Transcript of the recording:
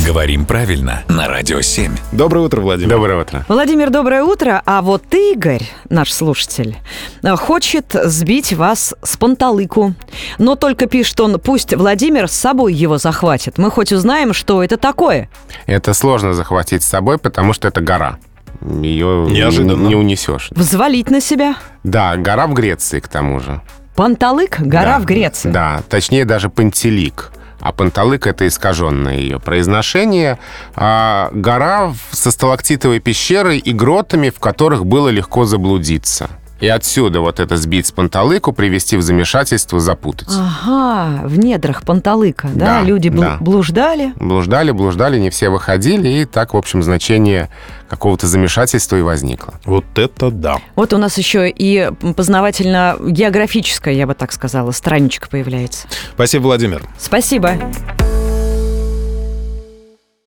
Говорим правильно на Радио 7. Доброе утро, Владимир. Доброе утро. Владимир, доброе утро. А вот Игорь, наш слушатель, хочет сбить вас с панталыку. Но только пишет он, пусть Владимир с собой его захватит. Мы хоть узнаем, что это такое. Это сложно захватить с собой, потому что это гора. Ее Неожиданно. не унесешь. Взвалить на себя. Да, гора в Греции, к тому же. Панталык – гора Да, в Греции. Да, точнее даже Пантелик. А Панталык — это искаженное ее произношение. Гора со сталактитовой пещерой и гротами, в которых было легко заблудиться. И отсюда вот это сбить с панталыку, привести в замешательство, запутать. Ага, в недрах Панталыка, да? Да, Люди да. блуждали. Блуждали, не все выходили, и так, в общем, значение какого-то замешательства и возникло. Вот это да. Вот у нас еще и познавательно-географическая, я бы так сказала, страничка появляется. Спасибо, Владимир. Спасибо.